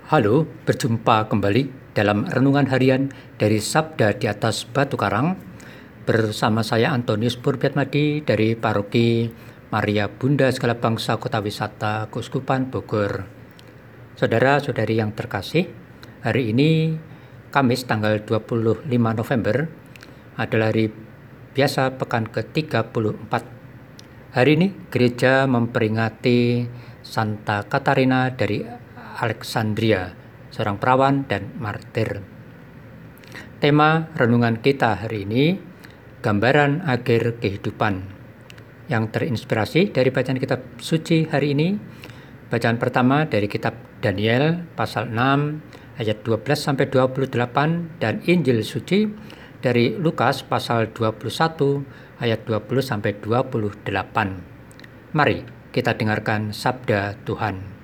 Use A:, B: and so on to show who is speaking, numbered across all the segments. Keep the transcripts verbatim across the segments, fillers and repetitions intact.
A: Halo, berjumpa kembali dalam renungan harian dari Sabda di atas Batu Karang bersama saya Antonius Purbiatmadi dari Paroki Maria Bunda Segala Bangsa Kota Wisata Keuskupan Bogor. Saudara-saudari yang terkasih, hari ini Kamis tanggal dua puluh lima November adalah hari biasa pekan ke tiga puluh empat. Hari ini gereja memperingati Santa Katarina dari Alexandria, seorang perawan dan martir. Tema renungan kita hari ini, gambaran akhir kehidupan, yang terinspirasi dari bacaan kitab suci hari ini. Bacaan pertama dari kitab Daniel pasal enam ayat dua belas sampai dua puluh delapan dan Injil suci dari Lukas pasal dua puluh satu ayat dua puluh sampai dua puluh delapan. Mari kita dengarkan sabda Tuhan.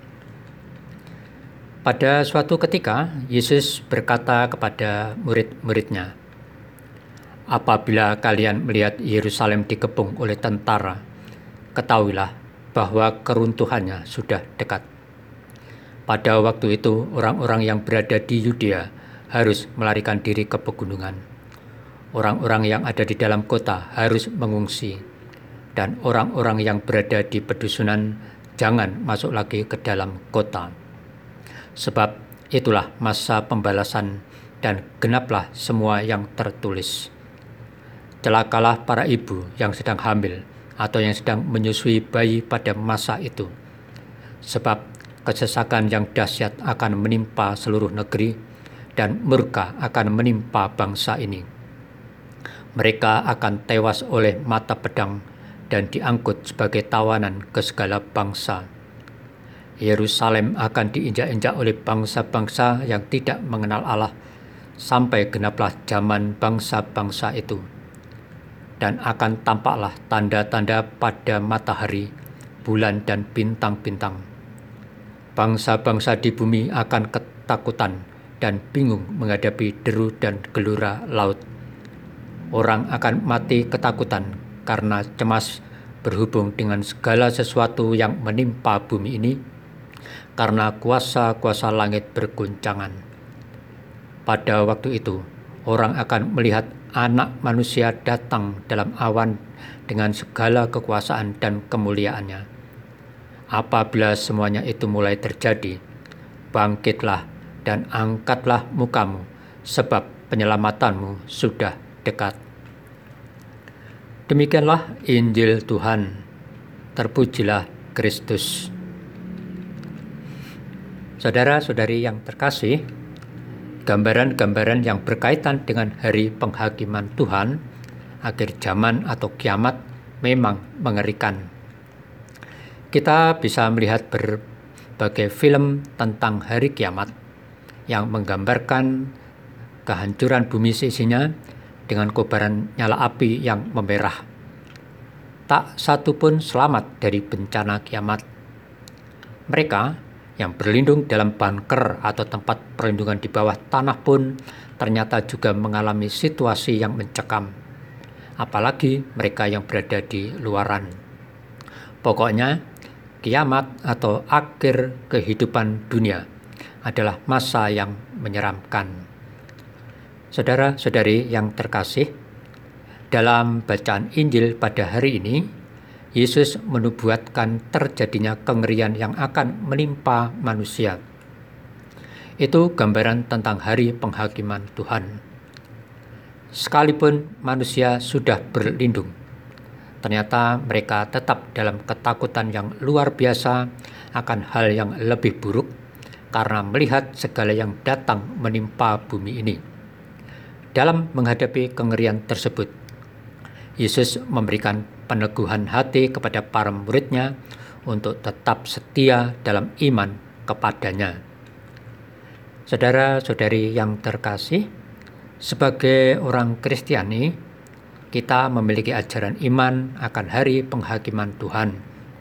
A: Pada suatu ketika, Yesus berkata kepada murid-muridnya, "Apabila kalian melihat Yerusalem dikepung oleh tentara, ketahuilah bahwa keruntuhannya sudah dekat." Pada waktu itu, orang-orang yang berada di Yudea harus melarikan diri ke pegunungan. Orang-orang yang ada di dalam kota harus mengungsi, dan orang-orang yang berada di pedusunan jangan masuk lagi ke dalam kota. Sebab itulah masa pembalasan dan genaplah semua yang tertulis. Celakalah para ibu yang sedang hamil atau yang sedang menyusui bayi pada masa itu. Sebab kesesakan yang dahsyat akan menimpa seluruh negeri dan murka akan menimpa bangsa ini. Mereka akan tewas oleh mata pedang dan diangkut sebagai tawanan ke segala bangsa. Yerusalem akan diinjak-injak oleh bangsa-bangsa yang tidak mengenal Allah sampai genaplah zaman bangsa-bangsa itu. Dan akan tampaklah tanda-tanda pada matahari, bulan dan bintang-bintang. Bangsa-bangsa di bumi akan ketakutan dan bingung menghadapi deru dan gelora laut. Orang akan mati ketakutan karena cemas berhubung dengan segala sesuatu yang menimpa bumi ini, karena kuasa-kuasa langit berguncangan. Pada waktu itu, orang akan melihat Anak Manusia datang dalam awan dengan segala kekuasaan dan kemuliaannya. Apabila semuanya itu mulai terjadi, bangkitlah dan angkatlah mukamu, sebab penyelamatanmu sudah dekat. Demikianlah Injil Tuhan. Terpujilah Kristus. Saudara-saudari yang terkasih, gambaran-gambaran yang berkaitan dengan hari penghakiman Tuhan, akhir zaman atau kiamat, memang mengerikan. Kita bisa melihat berbagai film tentang hari kiamat yang menggambarkan kehancuran bumi seisinya dengan kobaran nyala api yang memerah. Tak satu pun selamat dari bencana kiamat. Mereka yang berlindung dalam bunker atau tempat perlindungan di bawah tanah pun ternyata juga mengalami situasi yang mencekam. Apalagi mereka yang berada di luaran. Pokoknya, kiamat atau akhir kehidupan dunia adalah masa yang menyeramkan. Saudara-saudari yang terkasih, dalam bacaan Injil pada hari ini, Yesus menubuatkan terjadinya kengerian yang akan menimpa manusia. Itu gambaran tentang hari penghakiman Tuhan. Sekalipun manusia sudah berlindung, ternyata mereka tetap dalam ketakutan yang luar biasa akan hal yang lebih buruk karena melihat segala yang datang menimpa bumi ini. Dalam menghadapi kengerian tersebut, Yesus memberikan peneguhan hati kepada para muridnya untuk tetap setia dalam iman kepadanya. Saudara-saudari yang terkasih, sebagai orang Kristiani, kita memiliki ajaran iman akan hari penghakiman Tuhan.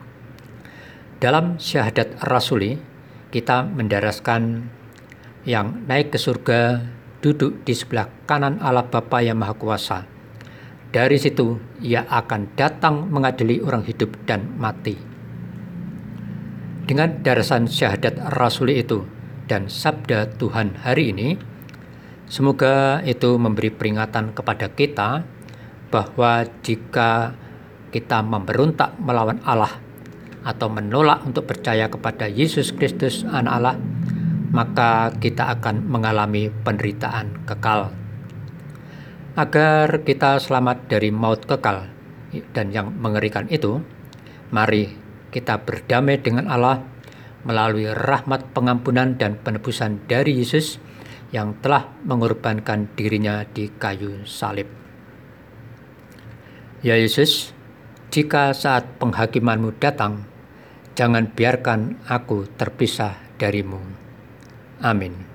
A: Dalam syahadat rasuli, kita mendaraskan yang naik ke surga duduk di sebelah kanan Allah Bapa yang Maha Kuasa. Dari situ ia akan datang mengadili orang hidup dan mati. Dengan darasan syahadat rasuli itu, dan sabda Tuhan hari ini, semoga itu memberi peringatan kepada kita bahwa jika kita memberontak melawan Allah atau menolak untuk percaya kepada Yesus Kristus Anak Allah, maka kita akan mengalami penderitaan kekal. Agar kita selamat dari maut kekal dan yang mengerikan itu, mari kita berdamai dengan Allah melalui rahmat pengampunan dan penebusan dari Yesus yang telah mengorbankan dirinya di kayu salib. Ya Yesus, jika saat penghakiman-Mu datang, jangan biarkan aku terpisah darimu. Amin.